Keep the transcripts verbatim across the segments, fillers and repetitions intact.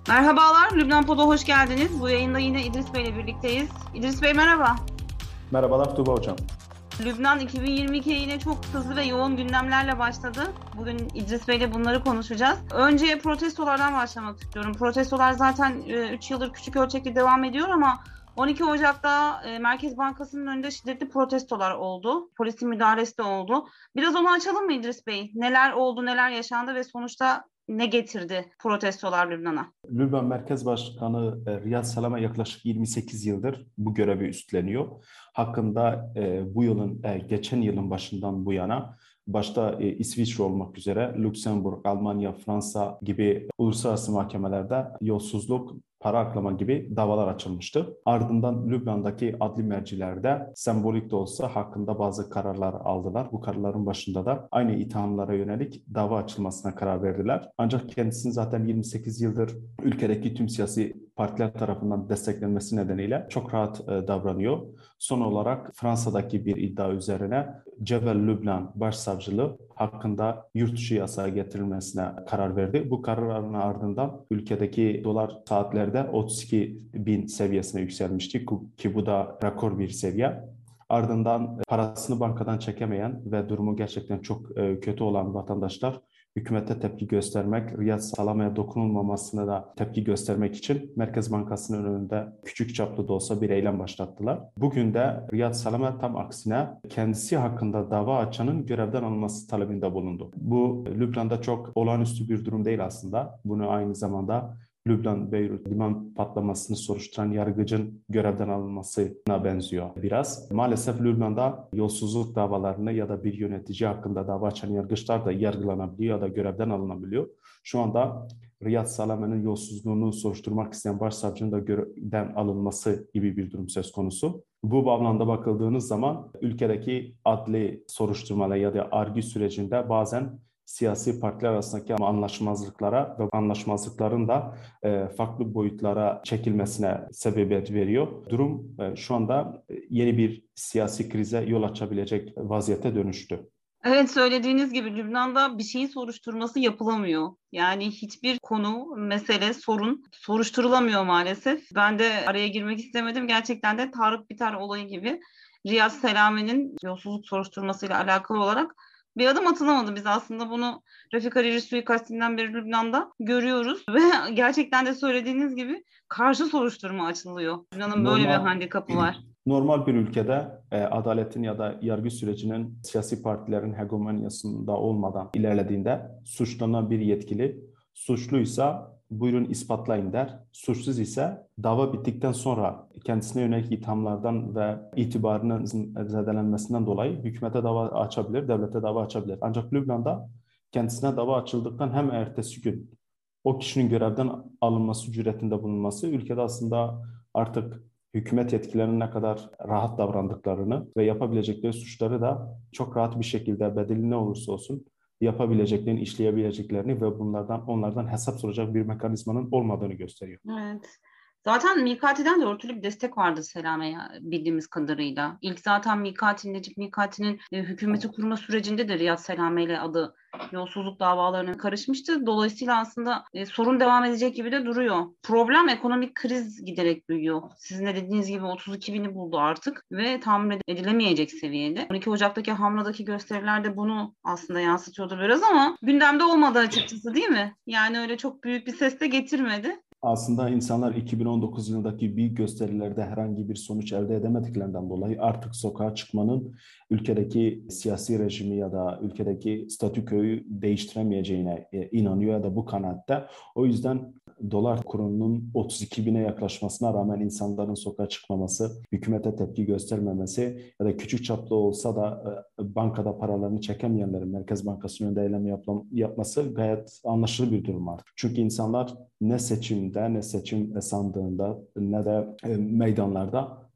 Merhabalar, Lübnan Pod'a hoş geldiniz. Bu yayında yine İdris Bey ile birlikteyiz. İdris Bey merhaba. Merhabalar Tuğba Hocam. Lübnan iki bin yirmi ikiye yine çok hızlı ve yoğun gündemlerle başladı. Bugün İdris Bey ile bunları konuşacağız. Önce protestolardan başlamak istiyorum. Protestolar zaten üç yıldır küçük ölçekli devam ediyor ama on iki Ocak'ta e, Merkez Bankası'nın önünde şiddetli protestolar oldu. Polisin müdahalesi de oldu. Biraz onu açalım mı İdris Bey? Neler oldu, neler yaşandı ve sonuçta ne getirdi protestolar Lübnan'a? Lübnan Merkez Başkanı e, Riyad Salam'a yaklaşık yirmi sekiz yıldır bu görevi üstleniyor. Hakkında e, bu yılın, e, geçen yılın başından bu yana başta e, İsviçre olmak üzere Lüksemburg, Almanya, Fransa gibi uluslararası mahkemelerde yolsuzluk, para aklama gibi davalar açılmıştı. Ardından Lübnan'daki adli mercilerde sembolik de olsa hakkında bazı kararlar aldılar. Bu kararların başında da aynı ithamlara yönelik dava açılmasına karar verdiler. Ancak kendisini zaten yirmi sekiz yıldır ülkedeki tüm siyasi partiler tarafından desteklenmesi nedeniyle çok rahat e, davranıyor. Son olarak Fransa'daki bir iddia üzerine Cebel Lübnan Başsavcılığı hakkında yurt dışı yasağı getirilmesine karar verdi. Bu kararın ardından ülkedeki dolar saatlerde otuz iki bin seviyesine yükselmişti ki bu da rekor bir seviye. Ardından parasını bankadan çekemeyen ve durumu gerçekten çok e, kötü olan vatandaşlar hükümete tepki göstermek, Riyad Salama'ya dokunulmamasına da tepki göstermek için Merkez Bankası'nın önünde küçük çaplı da olsa bir eylem başlattılar. Bugün de Riyad Salama tam aksine kendisi hakkında dava açanın görevden alınması talebinde bulundu. Bu Lübnan'da çok olağanüstü bir durum değil aslında. Bunu aynı zamanda Lübnan-Beyrut liman patlamasını soruşturan yargıcın görevden alınmasına benziyor biraz. Maalesef Lübnan'da yolsuzluk davalarını ya da bir yönetici hakkında dava açan yargıçlar da yargılanabiliyor ya da görevden alınabiliyor. Şu anda Riyad Salame'nin yolsuzluğunu soruşturmak isteyen başsavcının da görevden alınması gibi bir durum söz konusu. Bu bağlamda bakıldığınız zaman ülkedeki adli soruşturmalar ya da argü sürecinde bazen siyasi partiler arasındaki anlaşmazlıklara ve anlaşmazlıkların da e, farklı boyutlara çekilmesine sebebiyet veriyor. Durum e, şu anda e, yeni bir siyasi krize yol açabilecek vaziyete dönüştü. Evet, söylediğiniz gibi Lübnan'da bir şeyin soruşturması yapılamıyor. Yani hiçbir konu, mesele, sorun soruşturulamıyor maalesef. Ben de araya girmek istemedim. Gerçekten de Tarık Biter olayı gibi Riyaz Selami'nin yolsuzluk soruşturmasıyla alakalı olarak bir adım atılamadı. Biz aslında bunu Refik Hariri suikastinden beri Lübnan'da görüyoruz ve gerçekten de söylediğiniz gibi karşı soruşturma açılıyor. Lübnan'ın böyle bir Normal handikapı var. normal bir ülkede e, adaletin ya da yargı sürecinin siyasi partilerin hegemonyasında olmadan ilerlediğinde suçlanan bir yetkili suçluysa buyurun ispatlayın der. Suçsuz ise dava bittikten sonra kendisine yönelik ithamlardan ve itibarının zedelenmesinden dolayı hükümete dava açabilir, devlete dava açabilir. Ancak Lübnan'da kendisine dava açıldıktan hem ertesi gün o kişinin görevden alınması cüretinde bulunması ülkede aslında artık hükümet yetkilerinin ne kadar rahat davrandıklarını ve yapabilecekleri suçları da çok rahat bir şekilde bedeli ne olursa olsun yapabileceklerini, işleyebileceklerini ve bunlardan onlardan hesap soracak bir mekanizmanın olmadığını gösteriyor. Evet. Zaten Mikati'den de örtülü bir destek vardı Selame'ye bildiğimiz kadarıyla. İlk zaten Mikati, Necip Mikati'nin e, hükümeti kurma sürecinde de Riyad Selame ile adı yolsuzluk davalarına karışmıştı. Dolayısıyla aslında e, sorun devam edecek gibi de duruyor. Problem ekonomik kriz giderek büyüyor. Sizin de dediğiniz gibi otuz iki bini buldu artık ve tahmin edilemeyecek seviyede. on iki Ocak'taki Hamra'daki gösteriler de bunu aslında yansıtıyordu biraz ama gündemde olmadı açıkçası, değil mi? Yani öyle çok büyük bir ses de getirmedi. Aslında insanlar iki bin on dokuz yılındaki büyük gösterilerde herhangi bir sonuç elde edemediklerinden dolayı artık sokağa çıkmanın ülkedeki siyasi rejimi ya da ülkedeki statükoyu değiştiremeyeceğine e, inanıyor ya da bu kanaatte. O yüzden dolar kurunun otuz iki bine yaklaşmasına rağmen insanların sokağa çıkmaması, hükümete tepki göstermemesi ya da küçük çaplı olsa da e, bankada paralarını çekemeyenlerin Merkez Bankası'nın önünde eylem yapması gayet anlaşılır bir durum artık. Çünkü insanlar ne seçimde ne seçim sandığında ne de e, meydanlarda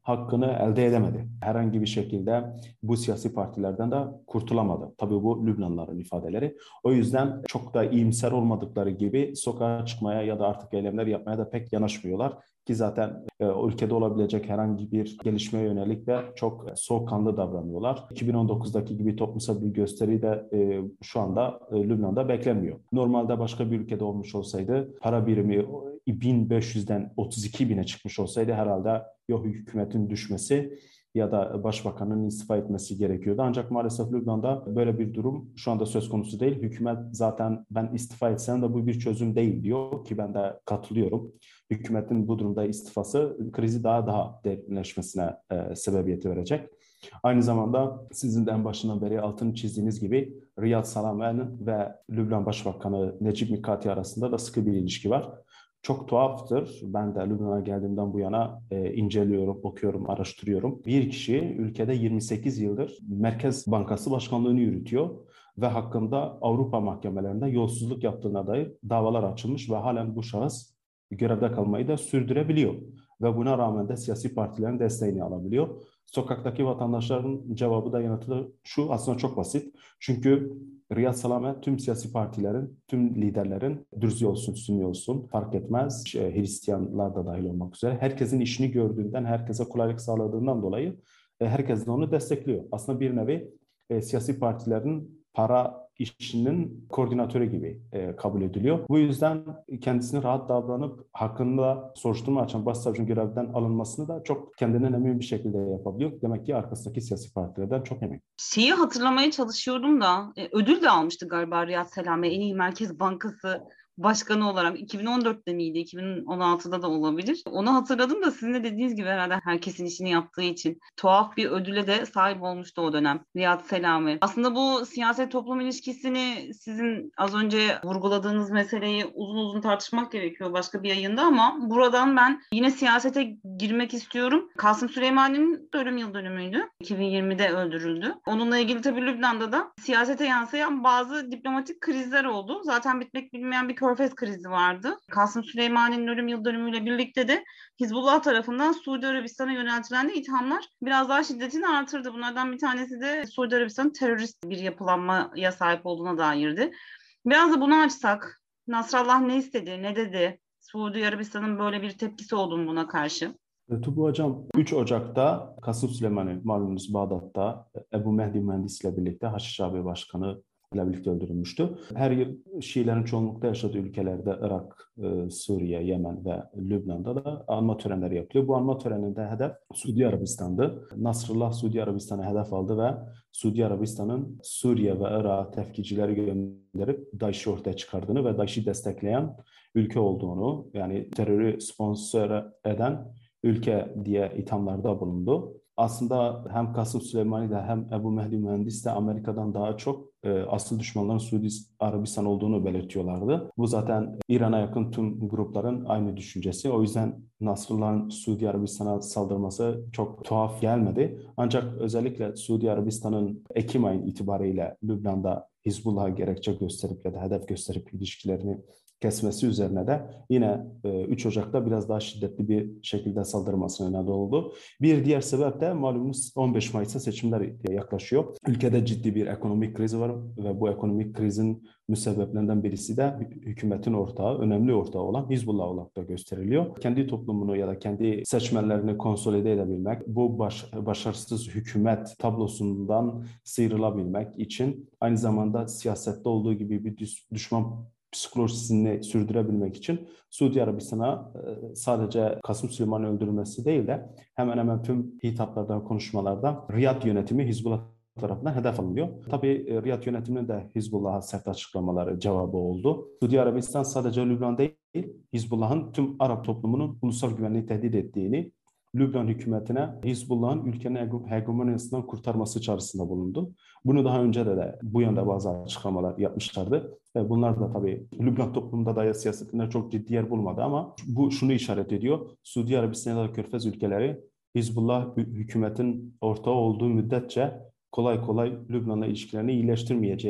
hakkını elde edemedi. Herhangi bir şekilde bu siyasi partilerden de kurtulamadı. Tabii bu Lübnanlıların ifadeleri. O yüzden çok da iyimser olmadıkları gibi sokağa çıkmaya ya da artık eylemler yapmaya da pek yanaşmıyorlar. Ki zaten e, o ülkede olabilecek herhangi bir gelişmeye yönelik de çok soğukkanlı davranıyorlar. iki bin on dokuzdaki gibi toplumsal bir gösteri de e, şu anda e, Lübnan'da beklenmiyor. Normalde başka bir ülkede olmuş olsaydı para birimi bin beş yüzden otuz iki bine çıkmış olsaydı herhalde ya hükümetin düşmesi ya da başbakanın istifa etmesi gerekiyordu. Ancak maalesef Lübnan'da böyle bir durum şu anda söz konusu değil. Hükümet zaten ben istifa etsem de bu bir çözüm değil diyor ki ben de katılıyorum. Hükümetin bu durumda istifası krizi daha daha derinleşmesine e, sebebiyet verecek. Aynı zamanda sizin de en başından beri altını çizdiğiniz gibi Riyad Salameh ve Lübnan Başbakanı Necip Mikati arasında da sıkı bir ilişki var. Çok tuhaftır. Ben de Lübnan'a geldiğimden bu yana e, inceliyorum, okuyorum, araştırıyorum. Bir kişi ülkede yirmi sekiz yıldır Merkez Bankası Başkanlığını yürütüyor ve hakkında Avrupa mahkemelerinde yolsuzluk yaptığına dair davalar açılmış ve halen bu şahıs görevde kalmayı da sürdürebiliyor. Ve buna rağmen de siyasi partilerin desteğini alabiliyor. Sokaktaki vatandaşların cevabı da yanıtı şu, aslında çok basit. Çünkü Riyad Salameh tüm siyasi partilerin, tüm liderlerin Dürzi olsun, Sünni olsun fark etmez. İşte Hristiyanlar da dahil olmak üzere. Herkesin işini gördüğünden, herkese kolaylık sağladığından dolayı e, herkes de onu destekliyor. Aslında bir nevi e, siyasi partilerin para işinin koordinatörü gibi e, kabul ediliyor. Bu yüzden kendisini rahat davranıp hakkında soruşturma açan başsavcının görevden alınmasını da çok kendinden emin bir şekilde yapabiliyor. Demek ki arkasındaki siyasi partilerden çok emin. Şeyi hatırlamaya çalışıyorum da e, ödül de almıştı galiba Riyad Salameh en iyi Merkez Bankası başkanı olarak. iki bin on dörtte miydi? iki bin on altıda da olabilir. Onu hatırladım da sizin de dediğiniz gibi herhalde herkesin işini yaptığı için tuhaf bir ödüle de sahip olmuştu o dönem Riyad Salameh. Aslında bu siyaset toplum ilişkisini sizin az önce vurguladığınız meseleyi uzun uzun tartışmak gerekiyor başka bir yayında ama buradan ben yine siyasete girmek istiyorum. Kasım Süleyman'ın ölüm yıl dönümüydü. iki bin yirmide öldürüldü. Onunla ilgili tabii Lübnan'da da siyasete yansıyan bazı diplomatik krizler oldu. Zaten bitmek bilmeyen bir Körfez krizi vardı. Kasım Süleyman'ın ölüm yıl dönümüyle birlikte de Hizbullah tarafından Suudi Arabistan'a yöneltilen de ithamlar biraz daha şiddetini artırdı. Bunlardan bir tanesi de Suudi Arabistan'ın terörist bir yapılanmaya sahip olduğuna dairdi. Biraz da bunu açsak. Nasrallah ne istedi, ne dedi? Suudi Arabistan'ın böyle bir tepkisi oldu mu buna karşı? Tubu Hocam üç Ocak'ta Kasım Süleyman'ı malumunuz Bağdat'ta Ebu Mehdi Mühendis ile birlikte Haçlı Başkanı ile birlikte öldürülmüştü. Her yıl Şiilerin çoğunlukta yaşadığı ülkelerde Irak, Suriye, Yemen ve Lübnan'da da anma törenleri yapılıyor. Bu anma töreninde hedef Suudi Arabistan'dı. Nasrullah Suudi Arabistan'a hedef aldı ve Suudi Arabistan'ın Suriye ve Irak'a tefkicileri gönderip DAEŞ'i ortaya çıkardığını ve DAEŞ'i destekleyen ülke olduğunu, yani terörü sponsor eden ülke diye ithamlarda bulundu. Aslında hem Kasım Süleyman'i de hem Ebu Mehdi Mühendis de Amerika'dan daha çok e, asıl düşmanların Suudi Arabistan olduğunu belirtiyorlardı. Bu zaten İran'a yakın tüm grupların aynı düşüncesi. O yüzden Nasrullah'ın Suudi Arabistan'a saldırması çok tuhaf gelmedi. Ancak özellikle Suudi Arabistan'ın Ekim ayı itibariyle Lübnan'da Hizbullah'a gerekçe gösterip ya da hedef gösterip ilişkilerini kesmesi üzerine de yine üç Ocak'ta biraz daha şiddetli bir şekilde saldırmasına neden oldu. Bir diğer sebep de malumunuz on beş Mayıs'ta seçimler yaklaşıyor. Ülkede ciddi bir ekonomik kriz var ve bu ekonomik krizin müsebbiplerinden birisi de hükümetin ortağı, önemli ortağı olan Hizbullah olarak da gösteriliyor. Kendi toplumunu ya da kendi seçmenlerini konsolide edebilmek, bu baş, başarısız hükümet tablosundan sıyrılabilmek için aynı zamanda siyasette olduğu gibi bir düşman psikolojisini sürdürebilmek için Suudi Arabistan'a sadece Kasım Süleyman'ın öldürülmesi değil de hemen hemen tüm hitaplarda, konuşmalarda Riyad yönetimi Hizbullah tarafından hedef alınıyor. Tabii Riyad yönetiminin de Hizbullah'a sert açıklamaları cevabı oldu. Suudi Arabistan sadece Lübnan değil, Hizbullah'ın tüm Arap toplumunun ulusal güvenliği tehdit ettiğini, Lübnan hükümetine Hizbullah'ın ülkenin hegemonyasından kurtarması çağrısında bulundu. Bunu daha önce de, de bu yönde bazı açıklamalar yapmışlardı. Ve bunlar da tabii Lübnan toplumunda da siyasetinde çok ciddi yer bulmadı ama bu şunu işaret ediyor. Suudi Arabistan ya da Körfez ülkeleri Hizbullah hükümetin ortağı olduğu müddetçe kolay kolay Lübnan'la ilişkilerini iyileştirmeyeceği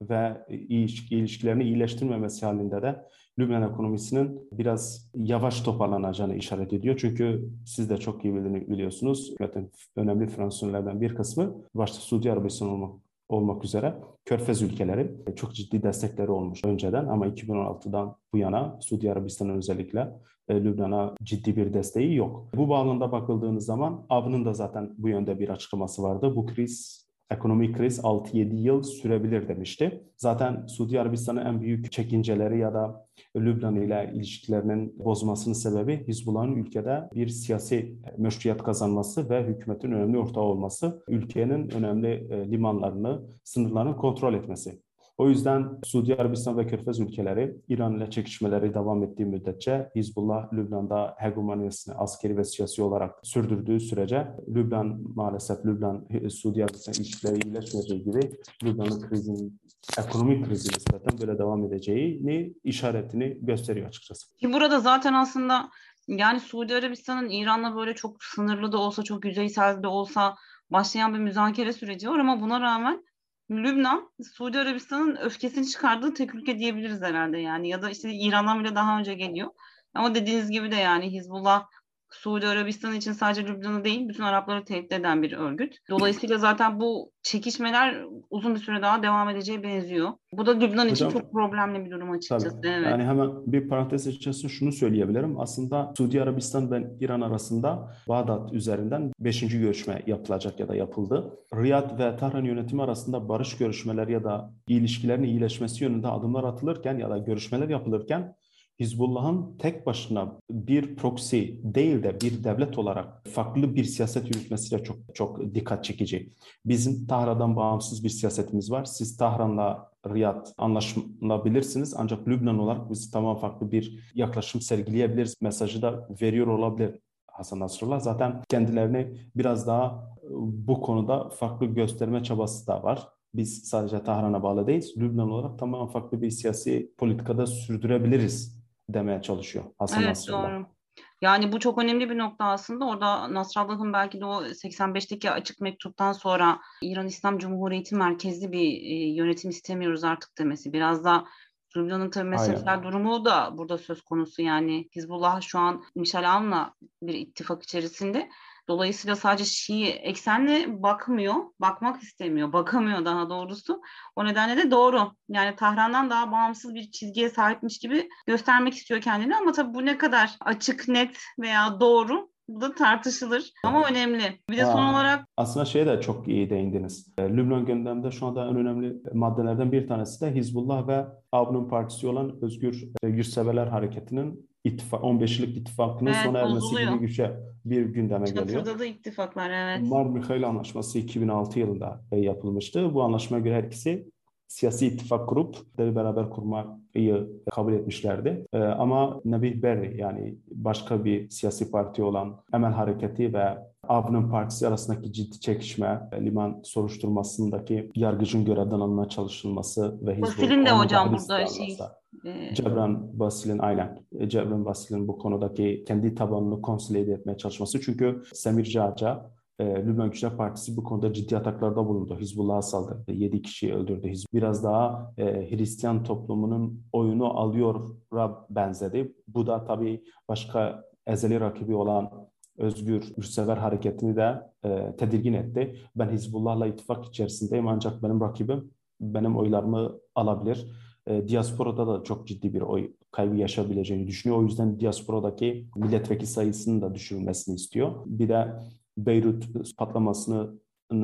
ve ilişkilerini iyileştirmemesi halinde de Lübnan ekonomisinin biraz yavaş toparlanacağını işaret ediyor. Çünkü siz de çok iyi biliyorsunuz, zaten önemli finansörlerden bir kısmı başta Suudi Arabistan olmak, olmak üzere Körfez ülkeleri çok ciddi destekleri olmuş önceden, ama iki bin on altıdan bu yana Suudi Arabistan'ın özellikle Lübnan'a ciddi bir desteği yok. Bu bağlamda bakıldığınız zaman A B'nın da zaten bu yönde bir açıklaması vardı. Bu kriz, ekonomik kriz altı yedi yıl sürebilir demişti. Zaten Suudi Arabistan'ın en büyük çekinceleri ya da Lübnan ile ilişkilerinin bozmasının sebebi Hizbullah'ın ülkede bir siyasi meşruiyet kazanması ve hükümetin önemli ortağı olması, ülkenin önemli limanlarını, sınırlarını kontrol etmesi. O yüzden Suudi Arabistan ve Körfez ülkeleri İran ile çekişmeleri devam ettiği müddetçe Hizbullah Lübnan'da hegemonyasını askeri ve siyasi olarak sürdürdüğü sürece Lübnan, maalesef Lübnan Suudi Arabistan ilişkileri iyileşmeyeceği gibi Lübnan'ın krizin, ekonomik krizi nispeten böyle devam edeceğini işaretini gösteriyor açıkçası. Ki burada zaten aslında yani Suudi Arabistan'ın İran'la böyle çok sınırlı da olsa, çok yüzeysel de olsa başlayan bir müzakere süreci var, ama buna rağmen Lübnan, Suudi Arabistan'ın öfkesini çıkardığı tek ülke diyebiliriz herhalde yani. Ya da işte İran'dan bile daha önce geliyor. Ama dediğiniz gibi de yani Hizbullah, Suudi Arabistan için sadece Lübnan'ı değil, bütün Arapları tehdit eden bir örgüt. Dolayısıyla zaten bu çekişmeler uzun bir süre daha devam edeceği benziyor. Bu da Lübnan için Hocam, çok problemli bir durum açıkçası. tabii. Evet. Yani hemen bir parantez içerisinde şunu söyleyebilirim. Aslında Suudi Arabistan ve İran arasında Bağdat üzerinden beşinci görüşme yapılacak ya da yapıldı. Riyad ve Tahran yönetimi arasında barış görüşmeleri ya da ilişkilerin iyileşmesi yönünde adımlar atılırken ya da görüşmeler yapılırken Hizbullah'ın tek başına bir proxy değil de bir devlet olarak farklı bir siyaset yürütmesi de çok çok dikkat çekici. Bizim Tahran'dan bağımsız bir siyasetimiz var. Siz Tahran'la Riyad anlaşılabilirsiniz, ancak Lübnan olarak biz tamam farklı bir yaklaşım sergileyebiliriz mesajı da veriyor olabilir Hasan Nasrallah. Zaten kendilerini biraz daha bu konuda farklı gösterme çabası da var. Biz sadece Tahran'a bağlı değiliz. Lübnan olarak tamamen farklı bir siyasi politikada sürdürebiliriz demeye çalışıyor Hasan Evet, Nasrallah. doğru. Yani bu çok önemli bir nokta aslında. Orada Nasrallah'ın belki de o seksen beşteki açık mektuptan sonra İran İslam Cumhuriyeti merkezli bir e, yönetim istemiyoruz artık demesi. Biraz da Lübnan'ın tabii Aynen. mezhepsel durumu da burada söz konusu. Yani Hizbullah şu an Mişal Aoun'la bir ittifak içerisinde. Dolayısıyla sadece Şii eksenle bakmıyor, bakmak istemiyor, bakamıyor daha doğrusu. O nedenle de doğru. Yani Tahran'dan daha bağımsız bir çizgiye sahipmiş gibi göstermek istiyor kendini, ama tabii bu ne kadar açık, net veya doğru, bu da tartışılır. Ama önemli. Bir de son Aa, olarak aslında şeye de çok iyi değindiniz. E, Lübnan gündemde şu anda en önemli maddelerden bir tanesi de Hizbullah ve A B'nın partisi olan Özgür e, Yurtseverler Hareketi'nin ittifak, on beş yıllık ittifakının evet, sona ermesi bozuluyor. gibi güçe bir gündeme geliyor. Çatırdadı ittifaklar, evet. Mar-Mikhail Anlaşması iki bin altı yılında e, yapılmıştı. Bu anlaşmaya göre her ikisi siyasi ittifak kurup beraber kurmayı kabul etmişlerdi. Ee, ama Nebih Berri, yani başka bir siyasi parti olan Emel Hareketi ve A B'nın partisi arasındaki ciddi çekişme, liman soruşturmasındaki yargıcın görevden alınmaya çalışılması ve Hizbullah Basil'in de onu da hocam burada riske şey alması. e, Cebran Basil'in aynen. Cebran Basil'in bu konudaki kendi tabanını konsolide etmeye çalışması. Çünkü Semir Caca, e, Lübnan Güçler Partisi bu konuda ciddi ataklarda bulundu. Hizbullah'a saldırdı. Yedi kişiyi öldürdü. Hizb biraz daha e, Hristiyan toplumunun oyunu alıyora benzedi. Bu da tabii başka ezeli rakibi olan Özgür Yurtsever Hareketi'ni de e, tedirgin etti. Ben Hizbullah'la ittifak içerisindeyim, ancak benim rakibim benim oylarımı alabilir. E, diasporada da çok ciddi bir oy kaybı yaşayabileceğini düşünüyor. O yüzden diasporadaki milletvekili sayısının da düşürülmesini istiyor. Bir de Beyrut patlamasını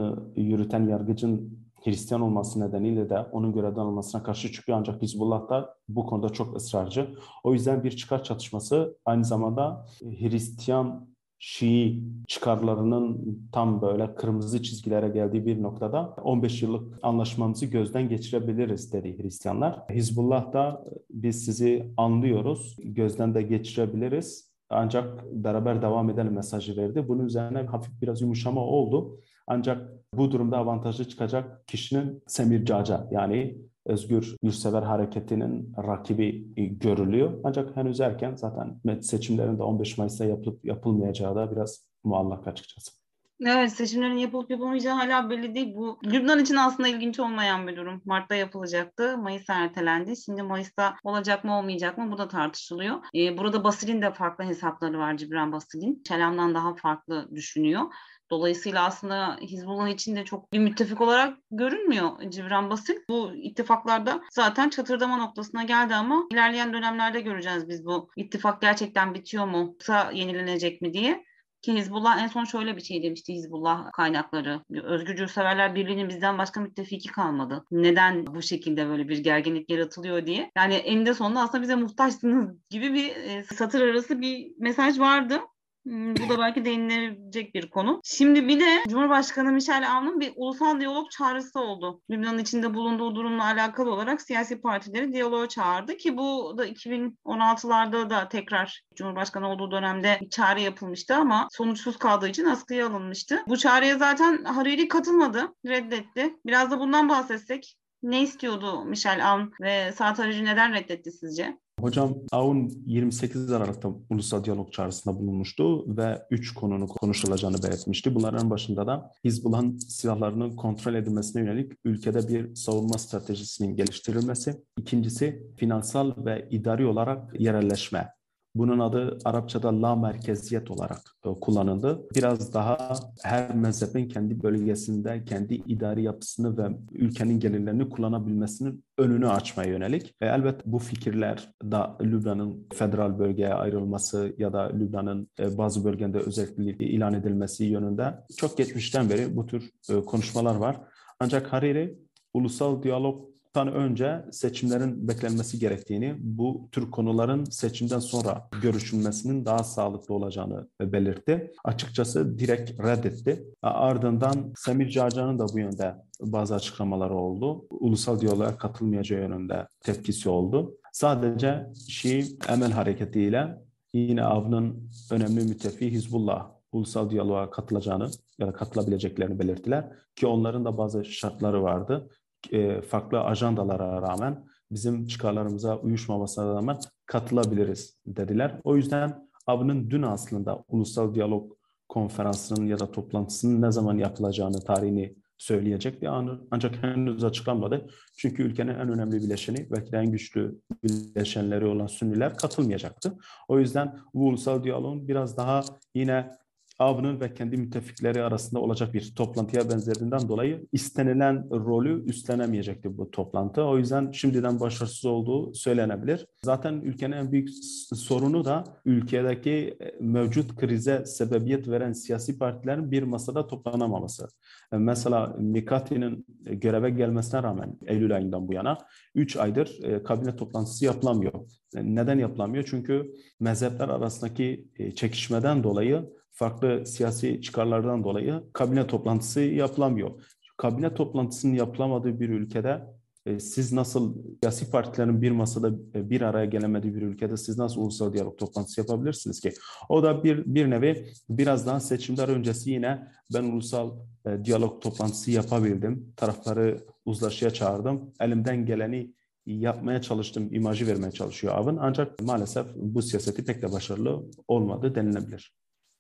yürüten yargıcın Hristiyan olması nedeniyle de onun görevden alınmasına karşı çıkıyor. Ancak Hizbullah da bu konuda çok ısrarcı. O yüzden bir çıkar çatışması, aynı zamanda Hristiyan Şii çıkarlarının tam böyle kırmızı çizgilere geldiği bir noktada on beş yıllık anlaşmamızı gözden geçirebiliriz dedi Hristiyanlar. Hizbullah da biz sizi anlıyoruz, gözden de geçirebiliriz, ancak beraber devam edelim mesajı verdi. Bunun üzerine hafif biraz yumuşama oldu. Ancak bu durumda avantajlı çıkacak kişinin Semir Caca, yani Özgür Yurtsever Hareketi'nin rakibi görülüyor. Ancak henüz erken, zaten seçimlerin de on beş Mayıs'ta yapılıp yapılmayacağı da biraz muallak açıkçası. Evet, seçimlerin yapılıp yapılmayacağı hala belli değil. Bu Lübnan için aslında ilginç olmayan bir durum. Mart'ta yapılacaktı. Mayıs'a ertelendi. Şimdi Mayıs'ta olacak mı olmayacak mı bu da tartışılıyor. Ee, burada Basil'in de farklı hesapları var, Cibran Basil'in. Şalam'dan daha farklı düşünüyor. Dolayısıyla aslında Hizbullah için de çok bir müttefik olarak görünmüyor Cibran Basil. Bu ittifaklarda zaten çatırdama noktasına geldi ama ilerleyen dönemlerde göreceğiz biz bu ittifak gerçekten bitiyor mu yoksa yenilenecek mi diye. Ki Hizbullah en son şöyle bir şey demişti, Hizbullah kaynakları. Özgür Yurtseverler Birliği'nin bizden başka müttefiki kalmadı. Neden bu şekilde böyle bir gerginlik yaratılıyor diye. Yani eninde sonunda aslında bize muhtaçsınız gibi bir e, satır arası bir mesaj vardı. Hmm, Bu da belki değinilecek bir konu. Şimdi bir de Cumhurbaşkanı Michel Aoun'un bir ulusal diyalog çağrısı oldu. Lübnan'ın içinde bulunduğu durumla alakalı olarak siyasi partileri diyaloğa çağırdı ki bu da iki bin on altılarda da tekrar Cumhurbaşkanı olduğu dönemde bir çağrı yapılmıştı ama sonuçsuz kaldığı için askıya alınmıştı. Bu çağrıya zaten Hariri katılmadı, reddetti. Biraz da bundan bahsetsek. Ne istiyordu Michel Aoun ve Saad Hariri neden reddetti sizce? Hocam Aoun yirmi sekiz Aralık'ta ulusal diyalog çağrısında bulunmuştu ve üç konunun konuşulacağını belirtmişti. Bunların başında da Hizbullah'ın silahlarının kontrol edilmesine yönelik ülkede bir savunma stratejisinin geliştirilmesi. İkincisi finansal ve idari olarak yerelleşme. Bunun adı Arapçada la merkeziyet olarak e, kullanıldı. Biraz daha her mezhebin kendi bölgesinde kendi idari yapısını ve ülkenin gelirlerini kullanabilmesinin önünü açmaya yönelik. E, elbette bu fikirler da Lübnan'ın federal bölgeye ayrılması ya da Lübnan'ın e, bazı bölgelerde özellik ilan edilmesi yönünde çok geçmişten beri bu tür e, konuşmalar var. Ancak Hariri ulusal diyalog önce seçimlerin beklenmesi gerektiğini, bu tür konuların seçimden sonra görüşülmesinin daha sağlıklı olacağını belirtti. Açıkçası direkt reddetti. Ardından Semir Cacan'ın da bu yönde bazı açıklamaları oldu. Ulusal diyaloğa katılmayacağı yönünde tepkisi oldu. Sadece Şii Emel Hareketi ile yine Avn'ın önemli müttefiği Hizbullah ulusal diyaloğa katılacağını ya da katılabileceklerini belirttiler ki onların da bazı şartları vardı. Farklı ajandalara rağmen bizim çıkarlarımıza uyuşmamasına rağmen katılabiliriz dediler. O yüzden Avn'ın dün aslında ulusal diyalog konferansının ya da toplantısının ne zaman yapılacağını, tarihini söyleyecekti. Ancak henüz açıklanmadı. Çünkü ülkenin en önemli bileşeni, belki de en güçlü bileşenleri olan Sünniler katılmayacaktı. O yüzden bu ulusal diyaloğun biraz daha yine Avn'ın ve kendi müttefikleri arasında olacak bir toplantıya benzerliğinden dolayı istenilen rolü üstlenemeyecekti bu toplantı. O yüzden şimdiden başarısız olduğu söylenebilir. Zaten ülkenin en büyük sorunu da ülkedeki mevcut krize sebebiyet veren siyasi partilerin bir masada toplanamaması. Mesela Mikati'nin göreve gelmesine rağmen Eylül ayından bu yana üç aydır kabine toplantısı yapılamıyor. Neden yapılamıyor? Çünkü mezhepler arasındaki çekişmeden dolayı, farklı siyasi çıkarlardan dolayı kabine toplantısı yapılamıyor. Kabine toplantısının yapılamadığı bir ülkede e, siz nasıl siyasi partilerin bir masada e, bir araya gelemediği bir ülkede siz nasıl ulusal diyalog toplantısı yapabilirsiniz ki? O da bir bir nevi biraz daha seçimler öncesi yine ben ulusal e, diyalog toplantısı yapabildim. Tarafları uzlaşıya çağırdım. Elimden geleni yapmaya çalıştım, imajı vermeye çalışıyor Avın. Ancak maalesef bu siyaseti pek de başarılı olmadı denilebilir.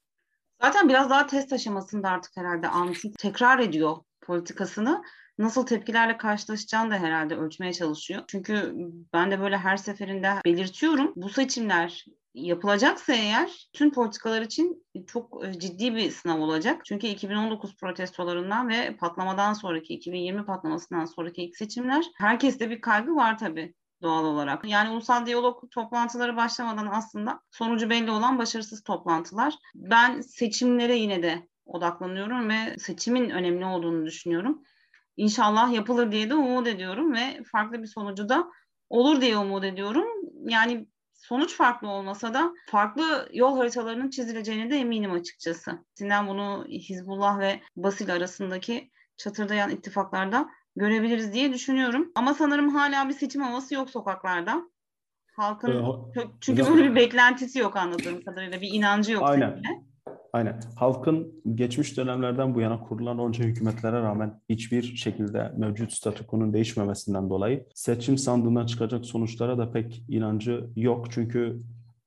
Zaten biraz daha test aşamasında artık herhalde Ahmet tekrar ediyor politikasını. Nasıl tepkilerle karşılaşacağını da herhalde ölçmeye çalışıyor. Çünkü ben de böyle her seferinde belirtiyorum. Bu seçimler yapılacaksa eğer tüm politikalar için çok ciddi bir sınav olacak. Çünkü iki bin on dokuz protestolarından ve patlamadan sonraki iki bin yirmi patlamasından sonraki ilk seçimler herkeste bir kaygı var tabii, doğal olarak. Yani ulusal diyalog toplantıları başlamadan aslında sonucu belli olan başarısız toplantılar. Ben seçimlere yine de odaklanıyorum ve seçimin önemli olduğunu düşünüyorum. İnşallah yapılır diye de umut ediyorum ve farklı bir sonucu da olur diye umut ediyorum. Yani sonuç farklı olmasa da farklı yol haritalarının çizileceğine de eminim açıkçası. Sinan bunu Hizbullah ve Basil arasındaki çatırdayan ittifaklarda görebiliriz diye düşünüyorum. Ama sanırım hala bir seçim havası yok sokaklarda. Ee, Halkın çünkü hocam, böyle bir beklentisi yok anladığım kadarıyla. Bir inancı yok aynen. seçime. Aynen. Halkın geçmiş dönemlerden bu yana kurulan onca hükümetlere rağmen hiçbir şekilde mevcut statükonun değişmemesinden dolayı seçim sandığından çıkacak sonuçlara da pek inancı yok. Çünkü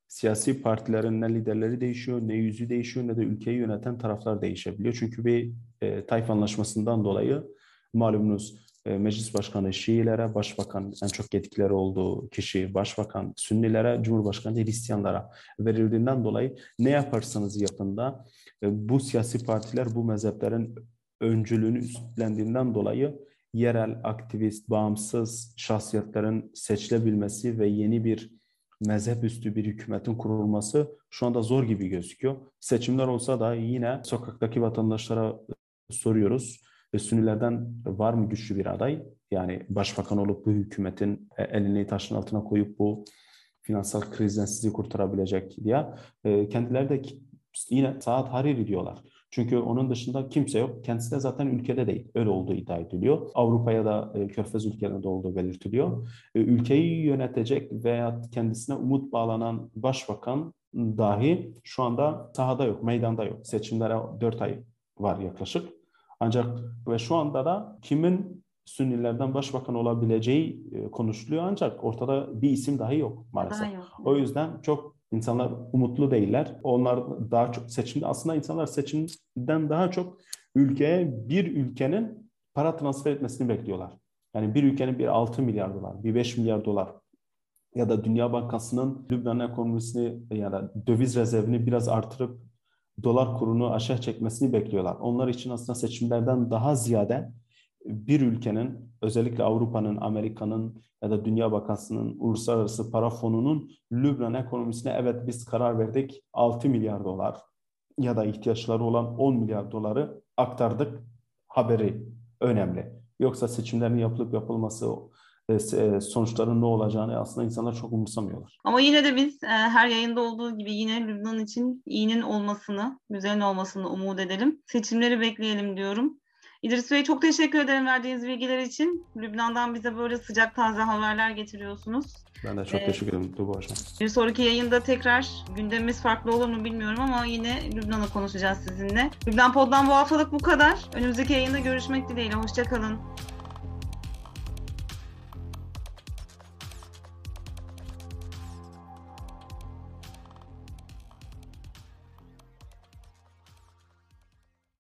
siyasi partilerin ne liderleri değişiyor, ne yüzü değişiyor, ne de ülkeyi yöneten taraflar değişebiliyor. Çünkü bir e, Taif Anlaşması'ndan dolayı malumunuz e, Meclis Başkanı Şiilere, Başbakan en çok yetkileri olduğu kişi Başbakan Sünnilere, Cumhurbaşkanı Hristiyanlara verildiğinden dolayı ne yaparsanız yapın da e, bu siyasi partiler bu mezheplerin öncülüğünü üstlendiğinden dolayı yerel, aktivist, bağımsız şahsiyetlerin seçilebilmesi ve yeni bir mezhep üstü bir hükümetin kurulması şu anda zor gibi gözüküyor. Seçimler olsa da yine sokaktaki vatandaşlara soruyoruz. Ve Sünnilerden var mı güçlü bir aday? Yani başbakan olup bu hükümetin elini taşın altına koyup bu finansal krizden sizi kurtarabilecek diye. Kendileri de yine Saad Hariri diyorlar. Çünkü onun dışında kimse yok. Kendisi de zaten ülkede değil. Öyle olduğu iddia ediliyor. Avrupa'ya da Körfez ülkelerinde olduğu belirtiliyor. Ülkeyi yönetecek veya kendisine umut bağlanan başbakan dahi şu anda sahada yok, meydanda yok. Seçimlere dört ay var yaklaşık. Ancak ve şu anda da kimin Sünnilerden başbakan olabileceği konuşuluyor ancak ortada bir isim dahi yok maalesef. Daha yok. O yüzden çok insanlar umutlu değiller. Onlar daha çok seçimde aslında insanlar seçimden daha çok ülkeye bir ülkenin para transfer etmesini bekliyorlar. Yani bir ülkenin bir altı milyar dolar, bir beş milyar dolar ya da Dünya Bankası'nın Lübnan ekonomisini ya da döviz rezervini biraz artırıp dolar kurunu aşağı çekmesini bekliyorlar. Onlar için aslında seçimlerden daha ziyade bir ülkenin, özellikle Avrupa'nın, Amerika'nın ya da Dünya Bankası'nın, Uluslararası Para Fonu'nun Lübnan ekonomisine evet biz karar verdik altı milyar dolar ya da ihtiyaçları olan on milyar doları aktardık haberi önemli. Yoksa seçimlerin yapılıp yapılması, sonuçların ne olacağını aslında insanlar çok umursamıyorlar. Ama yine de biz her yayında olduğu gibi yine Lübnan için iyinin olmasını, güzelin olmasını umut edelim. Seçimleri bekleyelim diyorum. İdris Bey çok teşekkür ederim verdiğiniz bilgiler için. Lübnan'dan bize böyle sıcak taze haberler getiriyorsunuz. Ben de çok ee, teşekkür ederim Tuğba Hocam. Bir sonraki yayında tekrar gündemimiz farklı olur mu bilmiyorum ama yine Lübnan'ı konuşacağız sizinle. Lübnan Pod'dan bu haftalık bu kadar. Önümüzdeki yayında görüşmek dileğiyle. Hoşça kalın.